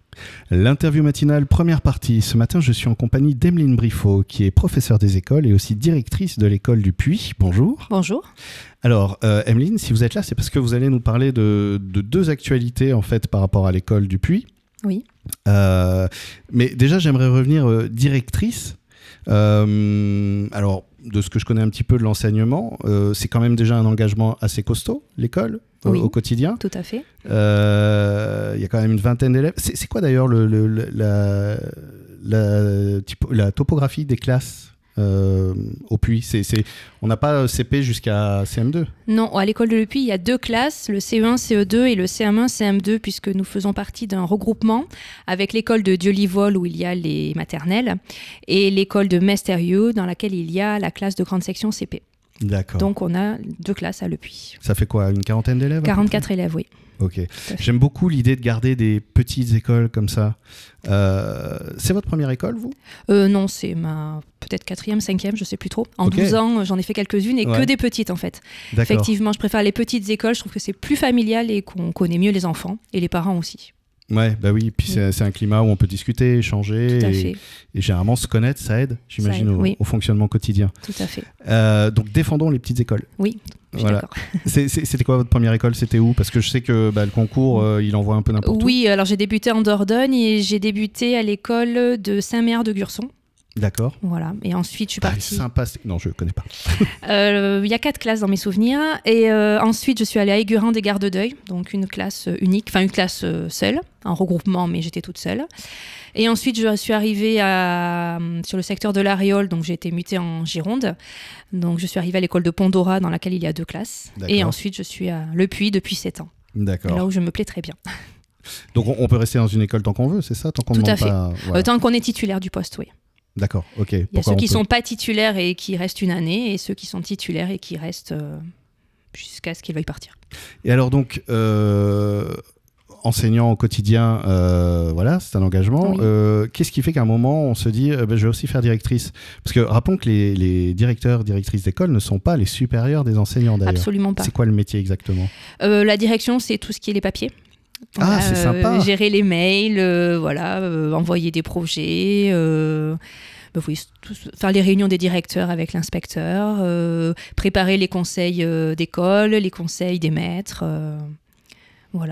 L'interview matinale, première partie. Ce matin, je suis en compagnie d'Emeline Briffaut, qui est professeure des écoles et aussi directrice de l'école du Puy. Bonjour. Bonjour. Alors, Emeline, si vous êtes là, c'est parce que vous allez nous parler de deux actualités, en fait, par rapport à l'école du Puy. Oui. Mais déjà, j'aimerais revenir directrice. Alors, de ce que je connais un petit peu de l'enseignement, c'est quand même déjà un engagement assez costaud, l'école, oui, au quotidien. Tout à fait. Il y a quand même une vingtaine d'élèves. C'est quoi d'ailleurs la topographie des classes au Puy? On n'a pas CP jusqu'à CM2? Non, à l'école de Le Puy, il y a 2 classes, le CE1, CE2 et le CM1, CM2, puisque nous faisons partie d'un regroupement avec l'école de Dieu-Livol, où il y a les maternelles, et l'école de Mestérieux, dans laquelle il y a la classe de grande section CP. D'accord. Donc on a 2 classes à Le Puy. Ça fait quoi, une quarantaine d'élèves? 44 élèves, oui. Ok. J'aime beaucoup l'idée de garder des petites écoles comme ça. C'est votre première école, vous? Non, c'est ma peut-être 4e, 5e, je ne sais plus trop. En 12 ans, j'en ai fait quelques-unes et que des petites en fait. D'accord. Effectivement, je préfère les petites écoles. Je trouve que c'est plus familial et qu'on connaît mieux les enfants et les parents aussi. Ouais, bah oui, puis c'est un climat où on peut discuter, échanger, Tout à fait. Et généralement se connaître, ça aide, j'imagine, au fonctionnement quotidien. Tout à fait. Donc défendons les petites écoles. Oui, je suis d'accord. C'était quoi votre première école? C'était où? Parce que je sais que le concours, il envoie un peu n'importe où. Oui, alors j'ai débuté en Dordogne et j'ai débuté à l'école de Saint-Méard de Gurson. D'accord. Voilà, et ensuite je suis partie... Sympa, non, je ne connais pas. Il y a 4 classes dans mes souvenirs, et ensuite je suis allée à Aigurin des Gardes d'Oeil, donc une classe unique, enfin une classe seule, en regroupement, mais j'étais toute seule. Et ensuite je suis arrivée sur le secteur de l'Aréole, donc j'ai été mutée en Gironde. Donc je suis arrivée à l'école de Pont-d'Ora, dans laquelle il y a 2 classes. D'accord. Et ensuite je suis à Le Puy depuis 7 ans. D'accord. Là où je me plais très bien. Donc on peut rester dans une école tant qu'on veut, c'est ça? Tant qu'on Tout à demande fait. Pas... Voilà. Tant qu'on est titulaire du poste, oui. D'accord, ok. Il y a ceux qui ne sont pas titulaires et qui restent une année, et ceux qui sont titulaires et qui restent jusqu'à ce qu'ils veuillent partir. Et alors donc, enseignant au quotidien, voilà, c'est un engagement. Oui. Qu'est-ce qui fait qu'à un moment, on se dit, je vais aussi faire directrice? Parce que rappelons que les directeurs, directrices d'école ne sont pas les supérieurs des enseignants d'ailleurs. Absolument pas. C'est quoi le métier exactement? La direction, c'est tout ce qui est les papiers. Ah, c'est sympa. Gérer les mails, envoyer des projets, faire les réunions des directeurs avec l'inspecteur, préparer les conseils d'école, les conseils des maîtres. Voilà,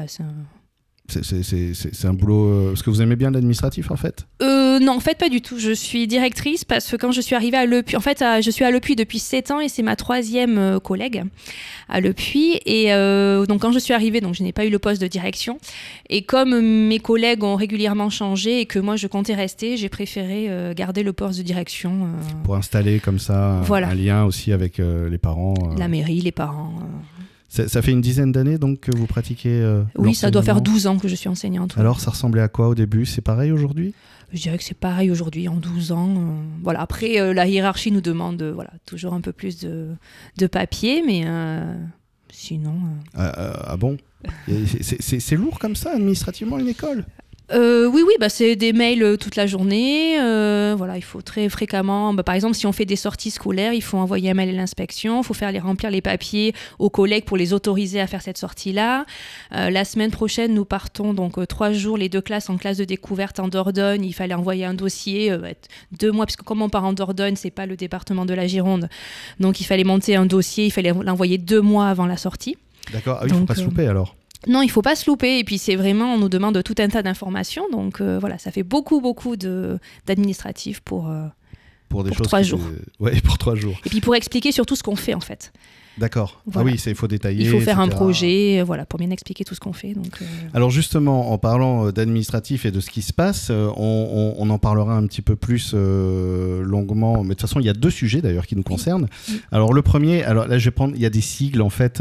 c'est un boulot... Parce que vous aimez bien l'administratif, en fait? Non, en fait, pas du tout. Je suis directrice parce que quand je suis arrivée à Le Puy... En fait, je suis à Le Puy depuis 7 ans et c'est ma 3e collègue à Le Puy. Et donc, quand je suis arrivée, donc, je n'ai pas eu le poste de direction. Et comme mes collègues ont régulièrement changé et que moi, je comptais rester, j'ai préféré garder le poste de direction. Pour installer comme ça un lien aussi avec les parents. La mairie, les parents... Ça fait une dizaine d'années donc que vous pratiquez Oui, ça doit faire 12 ans que je suis enseignante. Alors, ça ressemblait à quoi au début? C'est pareil aujourd'hui? Je dirais que c'est pareil aujourd'hui, en 12 ans. Voilà. Après, la hiérarchie nous demande toujours un peu plus de papier, mais sinon... Ah bon? C'est lourd comme ça, administrativement, une école? Oui, c'est des mails toute la journée. Il faut très fréquemment... par exemple, si on fait des sorties scolaires, il faut envoyer un mail à l'inspection, il faut faire remplir les papiers aux collègues pour les autoriser à faire cette sortie-là. La semaine prochaine, nous partons donc 3 jours, les 2 classes en classe de découverte en Dordogne. Il fallait envoyer un dossier 2 mois, puisque comme on part en Dordogne, c'est pas le département de la Gironde. Donc, il fallait monter un dossier, il fallait l'envoyer 2 mois avant la sortie. D'accord, il ne faut pas se louper alors. Non, il ne faut pas se louper. Et puis, c'est vraiment, on nous demande tout un tas d'informations. Donc, ça fait beaucoup d'administratifs pour des choses 3 jours. Ouais, pour 3 jours. Et puis, pour expliquer surtout ce qu'on fait, en fait. D'accord. Voilà. Ah oui, il faut détailler. Il faut faire etc. un projet, pour bien expliquer tout ce qu'on fait. Donc, Alors justement, en parlant d'administratif et de ce qui se passe, on en parlera un petit peu plus longuement. Mais de toute façon, il y a 2 sujets d'ailleurs qui nous concernent. Oui. Alors le premier, là je vais prendre, il y a des sigles en fait.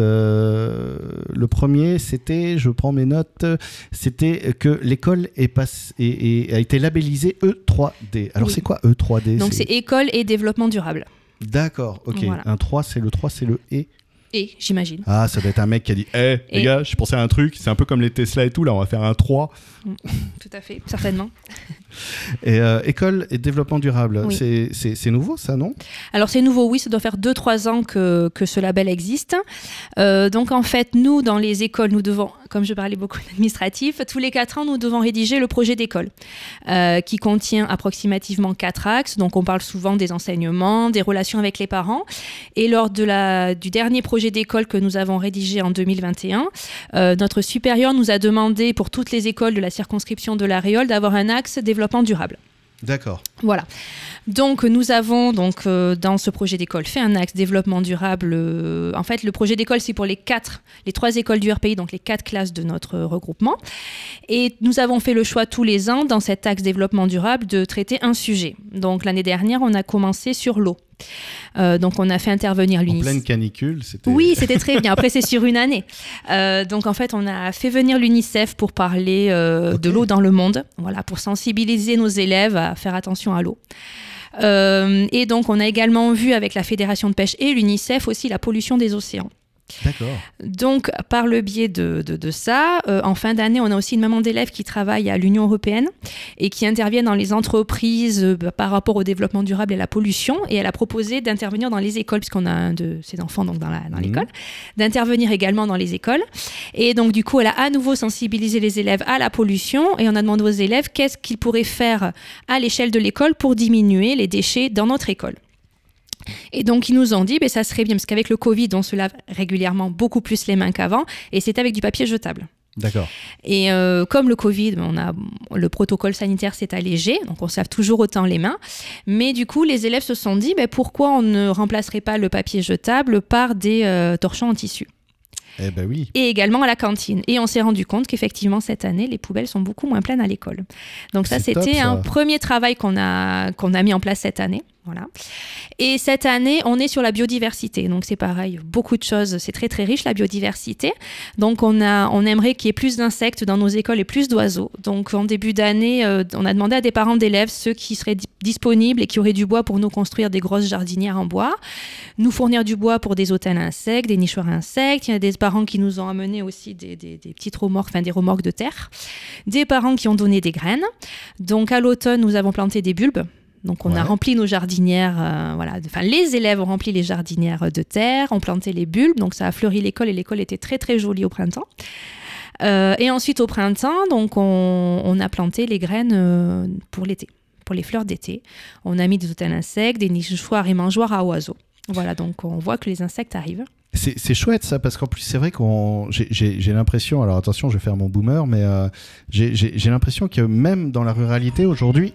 Le premier, c'était, je prends mes notes, c'était que l'école a été labellisée E3D. Alors c'est quoi E3D? Donc c'est école et développement durable. D'accord, ok. Voilà. Le 3, c'est le E. Et, j'imagine. Ah, ça doit être un mec qui a dit les gars, j'ai pensé à un truc, c'est un peu comme les Tesla et tout, là, on va faire un 3. Tout à fait, certainement. Et école et développement durable, Oui. c'est nouveau ça, non? Alors c'est nouveau, oui, ça doit faire 2-3 ans que ce label existe. Donc en fait, nous, dans les écoles, nous devons, comme je parlais beaucoup d'administratif, tous les 4 ans, nous devons rédiger le projet d'école qui contient approximativement 4 axes. Donc on parle souvent des enseignements, des relations avec les parents. Et lors du dernier projet d'école que nous avons rédigé en 2021, notre supérieur nous a demandé pour toutes les écoles de la circonscription de La Réole d'avoir un axe développement durable. D'accord. Voilà. Donc, nous avons dans ce projet d'école fait un axe développement durable. En fait, le projet d'école, c'est pour les 3 écoles du RPI, donc les 4 classes de notre regroupement. Et nous avons fait le choix tous les ans, dans cet axe développement durable, de traiter un sujet. Donc, l'année dernière, on a commencé sur l'eau. Donc, on a fait intervenir l'UNICEF. En pleine canicule, c'était... Oui, c'était très bien. Après, c'est sur une année. Donc, en fait, on a fait venir l'UNICEF pour parler de l'eau dans le monde, voilà, pour sensibiliser nos élèves à faire attention à l'eau. Et donc, on a également vu avec la Fédération de pêche et l'UNICEF aussi la pollution des océans. D'accord. Donc, par le biais de ça, en fin d'année, on a aussi une maman d'élèves qui travaille à l'Union européenne et qui intervient dans les entreprises par rapport au développement durable et à la pollution. Et elle a proposé d'intervenir dans les écoles, puisqu'on a un de ses enfants donc dans l'école, d'intervenir également dans les écoles. Et donc, du coup, elle a à nouveau sensibilisé les élèves à la pollution et on a demandé aux élèves qu'est-ce qu'ils pourraient faire à l'échelle de l'école pour diminuer les déchets dans notre école. Et donc, ils nous ont dit, ça serait bien, parce qu'avec le Covid, on se lave régulièrement beaucoup plus les mains qu'avant, et c'est avec du papier jetable. D'accord. Et comme le Covid, le protocole sanitaire s'est allégé, donc on se lave toujours autant les mains. Mais du coup, les élèves se sont dit, pourquoi on ne remplacerait pas le papier jetable par des torchons en tissu ? Eh ben oui. Et également à la cantine. Et on s'est rendu compte qu'effectivement, cette année, les poubelles sont beaucoup moins pleines à l'école. Donc ça, c'était un premier travail qu'on a mis en place cette année. Voilà. Et cette année, on est sur la biodiversité. Donc c'est pareil, beaucoup de choses. C'est très très riche la biodiversité. Donc on aimerait qu'il y ait plus d'insectes dans nos écoles et plus d'oiseaux. Donc en début d'année, on a demandé à des parents d'élèves, ceux qui seraient disponibles et qui auraient du bois pour nous construire des grosses jardinières en bois, nous fournir du bois pour des hôtels à insectes, des nichoirs à insectes. Il y a des parents qui nous ont amené aussi des petites remorques, des remorques de terre. Des parents qui ont donné des graines. Donc à l'automne, nous avons planté des bulbes. Donc, on a rempli nos jardinières, les élèves ont rempli les jardinières de terre, ont planté les bulbes, donc ça a fleuri l'école et l'école était très, très jolie au printemps. Et ensuite, au printemps, donc, on a planté les graines pour l'été, pour les fleurs d'été. On a mis des hôtels à insectes, des nichoirs et mangeoires à oiseaux. Voilà, donc on voit que les insectes arrivent. C'est chouette ça, parce qu'en plus c'est vrai j'ai l'impression, alors attention, je vais faire mon boomer, mais j'ai l'impression que même dans la ruralité aujourd'hui,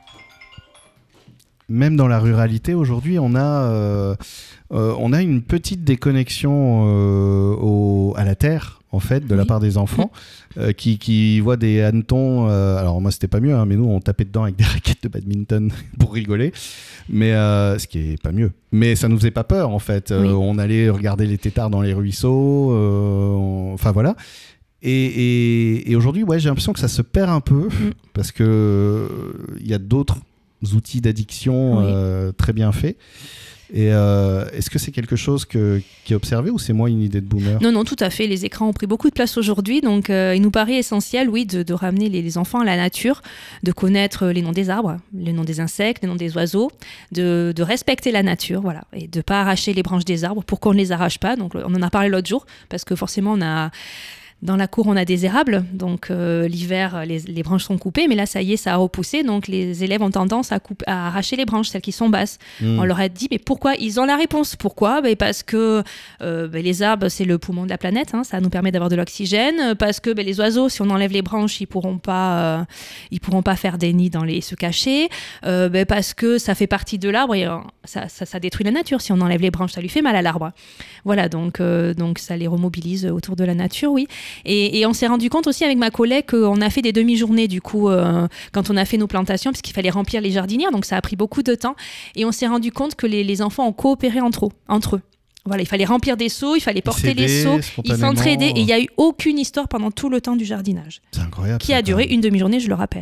on a une petite déconnexion à la terre, en fait, de la part des enfants, qui voient des hannetons. Alors moi, c'était pas mieux, mais nous, on tapait dedans avec des raquettes de badminton pour rigoler. Mais ce qui est pas mieux. Mais ça nous faisait pas peur, en fait. On allait regarder les têtards dans les ruisseaux. Enfin voilà. Et aujourd'hui, j'ai l'impression que ça se perd un peu parce que il y a d'autres outils d'addiction très bien faits. Et est-ce que c'est quelque chose qui est observé ou c'est moi une idée de boomer ? Non, tout à fait. Les écrans ont pris beaucoup de place aujourd'hui. Donc, il nous paraît essentiel, de ramener les enfants à la nature, de connaître les noms des arbres, les noms des insectes, les noms des oiseaux, de respecter la nature, voilà, et de ne pas arracher les branches des arbres pour qu'on ne les arrache pas. Donc, on en a parlé l'autre jour parce que forcément, dans la cour, on a des érables, donc l'hiver, les branches sont coupées, mais là, ça y est, ça a repoussé, donc les élèves ont tendance à arracher les branches, celles qui sont basses. On leur a dit, mais pourquoi ? Ils ont la réponse. Pourquoi ? Parce que les arbres, c'est le poumon de la planète, ça nous permet d'avoir de l'oxygène, parce que les oiseaux, si on enlève les branches, ils pourront pas faire des nids et se cacher, parce que ça fait partie de l'arbre, et ça détruit la nature. Si on enlève les branches, ça lui fait mal à l'arbre. Voilà, donc ça les remobilise autour de la nature, oui. Et on s'est rendu compte aussi avec ma collègue qu'on a fait des demi-journées du coup quand on a fait nos plantations, puisqu'il fallait remplir les jardinières, donc ça a pris beaucoup de temps. Et on s'est rendu compte que les enfants ont coopéré entre eux. Voilà, il fallait remplir des seaux, il fallait porter les seaux, ils s'entraidaient et il n'y a eu aucune histoire pendant tout le temps du jardinage. C'est incroyable. Qui a duré une demi-journée, je le rappelle, oui.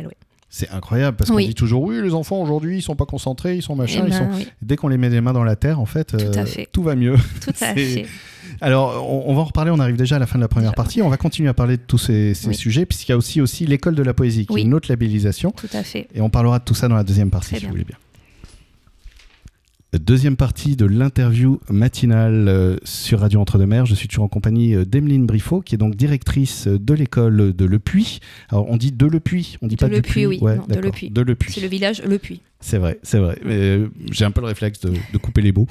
C'est incroyable parce qu'on dit toujours oui, les enfants aujourd'hui ils sont pas concentrés, ils sont machin, oui. Dès qu'on les met les mains dans la terre, en fait, tout va mieux. Tout à fait. Alors, on va en reparler, on arrive déjà à la fin de la première partie. On va continuer à parler de tous ces sujets, puisqu'il y a aussi l'école de la poésie, qui est une autre labellisation. Tout à fait. Et on parlera de tout ça dans la deuxième partie, si vous voulez bien. Deuxième partie de l'interview matinale sur Radio Entre-deux-Mers. Je suis toujours en compagnie d'Emeline Briffaut, qui est donc directrice de l'école de Le Puy. Alors, on dit de Le Puy, on dit pas de Le Puy, oui. Ouais, non, de Le Puy. De Le Puy. C'est le village Le Puy. C'est vrai. Mais, j'ai un peu le réflexe de couper les mots.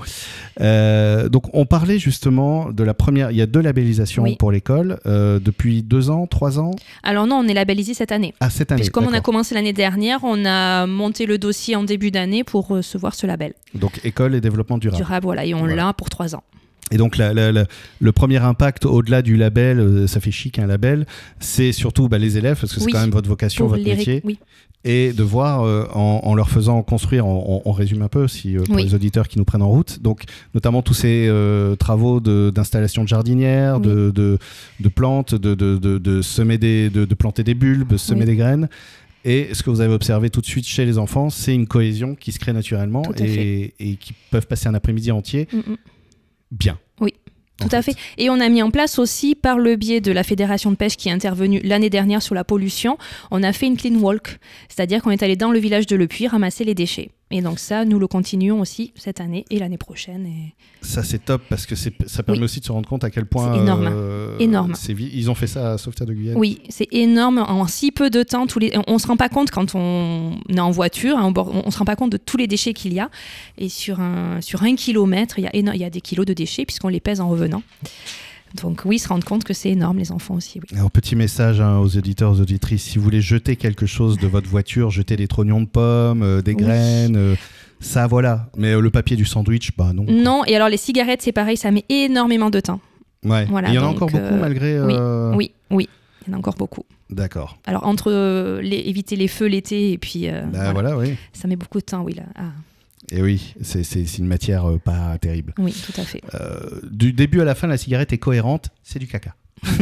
Donc, on parlait justement de la première... Il y a 2 labellisations pour l'école, depuis 2 ans, 3 ans. Alors non, on est labellisé cette année. Ah, cette année, comme on a commencé l'année dernière, on a monté le dossier en début d'année pour recevoir ce label. Donc, école et développement durable. Voilà, et on l'a pour 3 ans. Et donc, le premier impact, au-delà du label, ça fait chic un label, c'est surtout les élèves, parce que c'est quand même votre vocation, votre métier. Oui. Et de voir, en leur faisant construire, on résume un peu pour les auditeurs qui nous prennent en route, donc notamment tous ces travaux d'installation de jardinières, de plantes, de semer de planter des bulbes, semer des graines. Et ce que vous avez observé tout de suite chez les enfants, c'est une cohésion qui se crée naturellement et qui peuvent passer un après-midi entier bien. Oui. Tout à fait. Et on a mis en place aussi, par le biais de la Fédération de pêche qui est intervenue l'année dernière sur la pollution, on a fait une clean walk. C'est-à-dire qu'on est allé dans le village de Le Puy ramasser les déchets. Et donc ça, nous le continuons aussi cette année et l'année prochaine. Ça, c'est top parce que ça permet aussi de se rendre compte à quel point... C'est énorme. Énorme. Ils ont fait ça à Sauveterre de Guyane. Oui, c'est énorme. En si peu de temps, on ne se rend pas compte quand on est en voiture, on ne se rend pas compte de tous les déchets qu'il y a. Et sur 1 kilomètre, il y a des kilos de déchets puisqu'on les pèse en revenant. Donc oui, se rendre compte que c'est énorme, les enfants aussi. Oui. Alors, petit message aux auditeurs, aux auditrices, si vous voulez jeter quelque chose de votre voiture, jetez des trognons de pommes, des graines, ça voilà. Mais le papier du sandwich, non. Non, et alors les cigarettes, c'est pareil, ça met énormément de temps. Ouais, voilà, il y en a encore beaucoup malgré... Oui, il y en a encore beaucoup. D'accord. Alors entre éviter les feux l'été et puis... voilà, oui. Ça met beaucoup de temps, oui. Là. Et oui, c'est une matière pas terrible. Oui, tout à fait. Du début à la fin, la cigarette est cohérente, c'est du caca.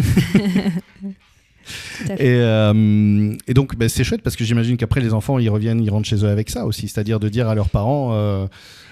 Et donc, c'est chouette parce que j'imagine qu'après, les enfants, ils rentrent chez eux avec ça aussi. C'est-à-dire de dire à leurs parents,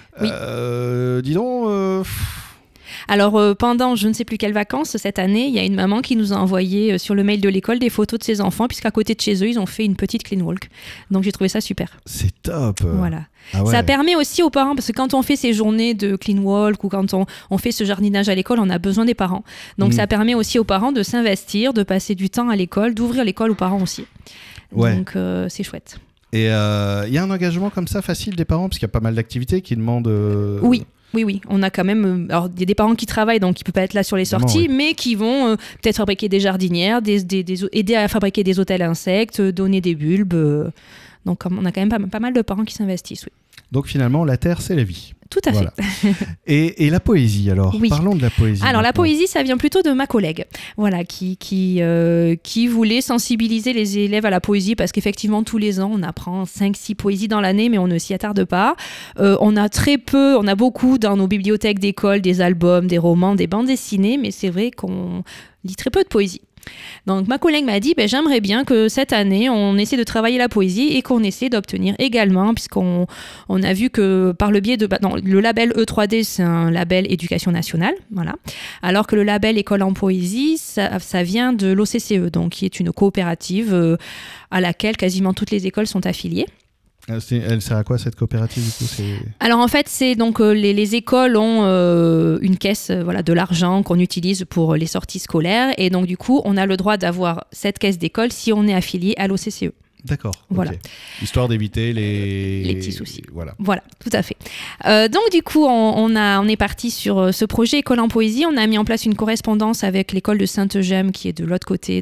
dis donc... Alors, pendant je ne sais plus quelles vacances, cette année, il y a une maman qui nous a envoyé sur le mail de l'école des photos de ses enfants, puisqu'à côté de chez eux, ils ont fait une petite clean walk. Donc, j'ai trouvé ça super. C'est top. Voilà. Ah ouais. Ça permet aussi aux parents, parce que quand on fait ces journées de clean walk ou quand on fait ce jardinage à l'école, on a besoin des parents. Donc, ça permet aussi aux parents de s'investir, de passer du temps à l'école, d'ouvrir l'école aux parents aussi. Ouais. Donc, c'est chouette. Et il y a un engagement comme ça facile des parents, parce qu'il y a pas mal d'activités qui demandent... Oui, on a quand même... Alors, il y a des parents qui travaillent, donc qui ne peuvent pas être là sur les sorties, mais qui vont peut-être fabriquer des jardinières, aider à fabriquer des hôtels à insectes, donner des bulbes. Donc, on a quand même pas mal de parents qui s'investissent, oui. Donc, finalement, la terre, c'est la vie. Tout à fait. Et la poésie, alors parlons de la poésie. Alors, la poésie, ça vient plutôt de ma collègue, voilà, qui voulait sensibiliser les élèves à la poésie, parce qu'effectivement, tous les ans, on apprend 5-6 poésies dans l'année, mais on ne s'y attarde pas. On a beaucoup dans nos bibliothèques d'école, des albums, des romans, des bandes dessinées, mais c'est vrai qu'on lit très peu de poésie. Donc ma collègue m'a dit j'aimerais bien que cette année on essaie de travailler la poésie et qu'on essaie d'obtenir également, puisqu'on a vu que par le biais de le label E3D, c'est un label éducation nationale, voilà, alors que le label école en poésie ça vient de l'OCCE, donc qui est une coopérative à laquelle quasiment toutes les écoles sont affiliées. Elle sert à quoi cette coopérative du coup ? Alors en fait, c'est donc les écoles ont une caisse de l'argent qu'on utilise pour les sorties scolaires, et donc du coup on a le droit d'avoir cette caisse d'école si on est affilié à l'OCCE. D'accord. Voilà. Okay. Histoire d'éviter les petits soucis. Voilà, tout à fait. Donc du coup, on est parti sur ce projet École en poésie. On a mis en place une correspondance avec l'école de Sainte-Gemme qui est de l'autre côté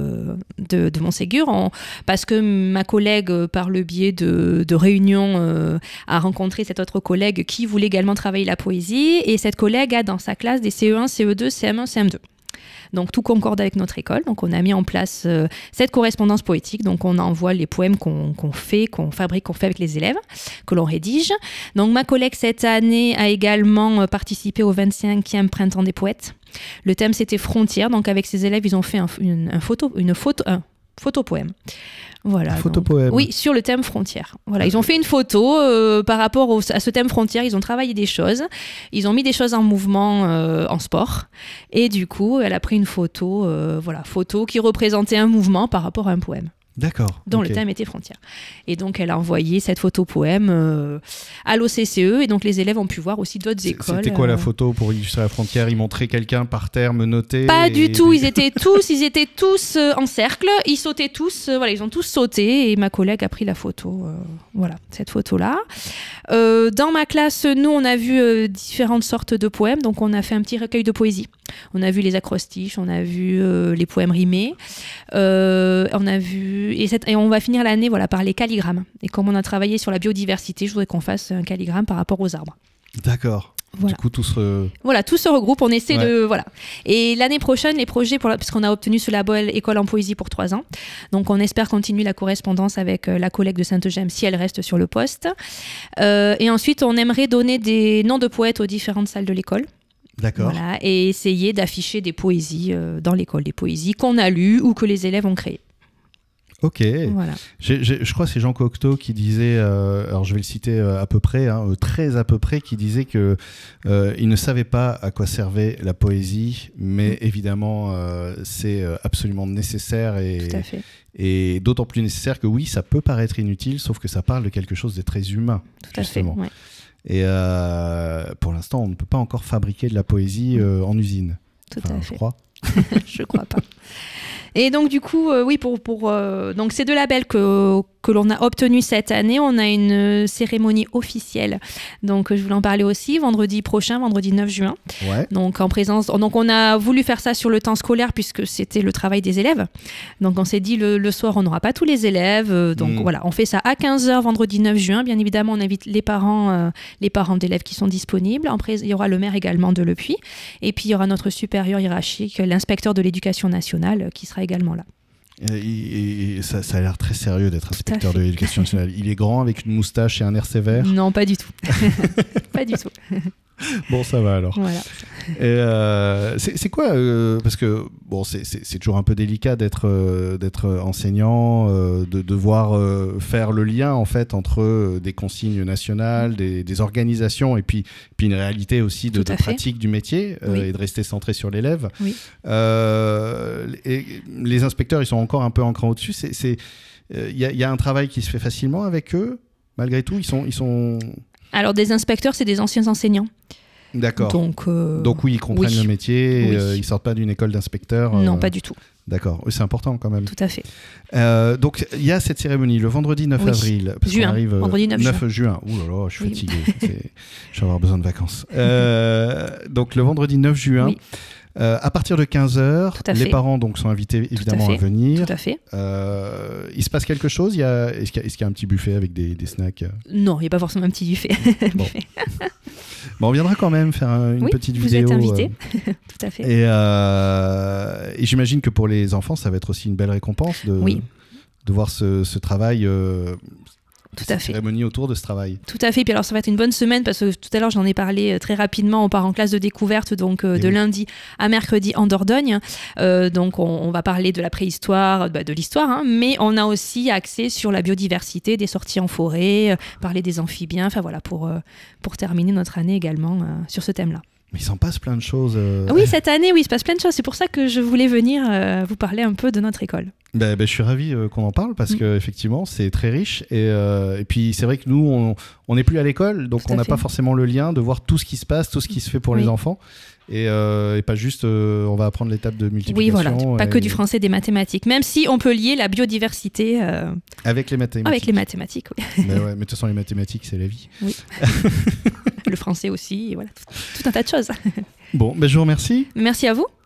de Montségur, parce que ma collègue, par le biais de réunions, a rencontré cette autre collègue qui voulait également travailler la poésie, et cette collègue a dans sa classe des CE1, CE2, CM1, CM2. Donc tout concorde avec notre école. Donc on a mis en place cette correspondance poétique. Donc on envoie les poèmes qu'on fabrique, qu'on fait avec les élèves, que l'on rédige. Donc ma collègue cette année a également participé au 25e Printemps des poètes. Le thème c'était Frontières. Donc avec ses élèves, ils ont fait une photo Photo-poème. Voilà, Photo-poème. Oui, sur le thème frontière. Voilà, ils ont fait une photo par rapport à ce thème frontière. Ils ont travaillé des choses. Ils ont mis des choses en mouvement en sport. Et du coup, elle a pris une photo, photo qui représentait un mouvement par rapport à un poème. D'accord. Dont le thème était frontière. Et donc, elle a envoyé cette photo poème à l'OCCE. Et donc, les élèves ont pu voir aussi d'autres écoles. C'était quoi la photo pour illustrer la frontière? Ils montraient quelqu'un par terre menotté? Pas du tout. Ils étaient tous en cercle. Ils sautaient tous. Ils ont tous sauté. Et ma collègue a pris la photo. Cette photo-là. Dans ma classe, nous, on a vu différentes sortes de poèmes. Donc, on a fait un petit recueil de poésie. On a vu les acrostiches, on a vu les poèmes rimés. On a vu... Et on va finir l'année par les calligrammes. Et comme on a travaillé sur la biodiversité, je voudrais qu'on fasse un calligramme par rapport aux arbres. D'accord. Voilà. Du coup, tout se regroupe, on essaie de... Voilà. Et l'année prochaine, les projets, parce qu'on a obtenu ce label École en poésie pour 3 ans, donc on espère continuer la correspondance avec la collègue de Sainte-Gemme si elle reste sur le poste. Et ensuite, on aimerait donner des noms de poètes aux différentes salles de l'école. D'accord. Voilà, et essayer d'afficher des poésies dans l'école, des poésies qu'on a lues ou que les élèves ont créées. Ok. Voilà. Je crois que c'est Jean Cocteau qui disait, alors je vais le citer à peu près, très à peu près, qui disait que il ne savait pas à quoi servait la poésie, mais évidemment c'est absolument nécessaire et d'autant plus nécessaire que oui, ça peut paraître inutile, sauf que ça parle de quelque chose de très humain. Tout justement. À fait. Ouais. Et pour l'instant, on ne peut pas encore fabriquer de la poésie en usine. Tout à fait. Je crois. Je crois pas. Et donc du coup, donc ces 2 labels que l'on a obtenus cette année, on a une cérémonie officielle. Donc je voulais en parler aussi, vendredi prochain, vendredi 9 juin. Ouais. Donc en présence, donc on a voulu faire ça sur le temps scolaire puisque c'était le travail des élèves. Donc on s'est dit le soir, on n'aura pas tous les élèves. Donc voilà, on fait ça à 15h vendredi 9 juin. Bien évidemment, on invite les parents d'élèves qui sont disponibles. Il y aura le maire également de Le Puy. Et puis il y aura notre supérieur hiérarchique, l'inspecteur de l'éducation nationale qui sera également là. Et ça a l'air très sérieux d'être inspecteur de l'éducation nationale. Il est grand avec une moustache et un air sévère? Non, pas du tout. Pas du tout. Bon, ça va alors. Voilà. Et c'est quoi parce que bon, c'est toujours un peu délicat d'être enseignant, de devoir faire le lien en fait entre des consignes nationales, des organisations et puis une réalité aussi de pratique du métier et de rester centré sur l'élève. Oui. Et les inspecteurs, ils sont encore un peu en cran au-dessus. Il y a un travail qui se fait facilement avec eux, malgré tout. Ils sont... Alors, des inspecteurs, c'est des anciens enseignants. D'accord. Donc oui, ils comprennent le métier, ils sortent pas d'une école d'inspecteurs. Non, pas du tout. D'accord, c'est important quand même. Tout à fait. Donc il y a cette cérémonie le vendredi 9 avril. Parce juin. qu'on arrive, vendredi 9 juin. Ouh là là, je suis fatigué. Je vais avoir besoin de vacances. Donc le vendredi 9 juin. Oui. À partir de 15h, les parents donc, sont invités évidemment à venir. Tout à fait. Il se passe quelque chose? Est-ce qu'il y a un petit buffet avec des snacks? Non, il n'y a pas forcément un petit buffet. Bon. Bon, on viendra quand même faire une petite vidéo. Vous êtes invités. Tout à fait. Et j'imagine que pour les enfants, ça va être aussi une belle récompense de voir ce travail. Tout à fait. Cérémonie autour de ce travail. Tout à fait. Puis alors, ça va être une bonne semaine parce que tout à l'heure, j'en ai parlé très rapidement. On part en classe de découverte, donc lundi à mercredi en Dordogne. Donc, on va parler de la préhistoire, de l'histoire, mais on a aussi axé sur la biodiversité, des sorties en forêt, parler des amphibiens. Enfin voilà, pour terminer notre année également sur ce thème-là. Mais il s'en passe plein de choses. Oui, cette année, il se passe plein de choses. C'est pour ça que je voulais venir vous parler un peu de notre école. Je suis ravi qu'on en parle parce qu'effectivement, c'est très riche. Et puis, c'est vrai que nous, on n'est plus à l'école, donc on n'a pas forcément le lien de voir tout ce qui se passe, tout ce qui se fait pour les enfants. Et pas juste, on va apprendre l'étape de multiplication. Oui, voilà, pas que du français, des mathématiques. Même si on peut lier la biodiversité... Avec les mathématiques. Avec les mathématiques, oui. Mais de toute façon, les mathématiques, c'est la vie. Oui. Le français aussi, et voilà, tout un tas de choses. Bon, je vous remercie. Merci à vous.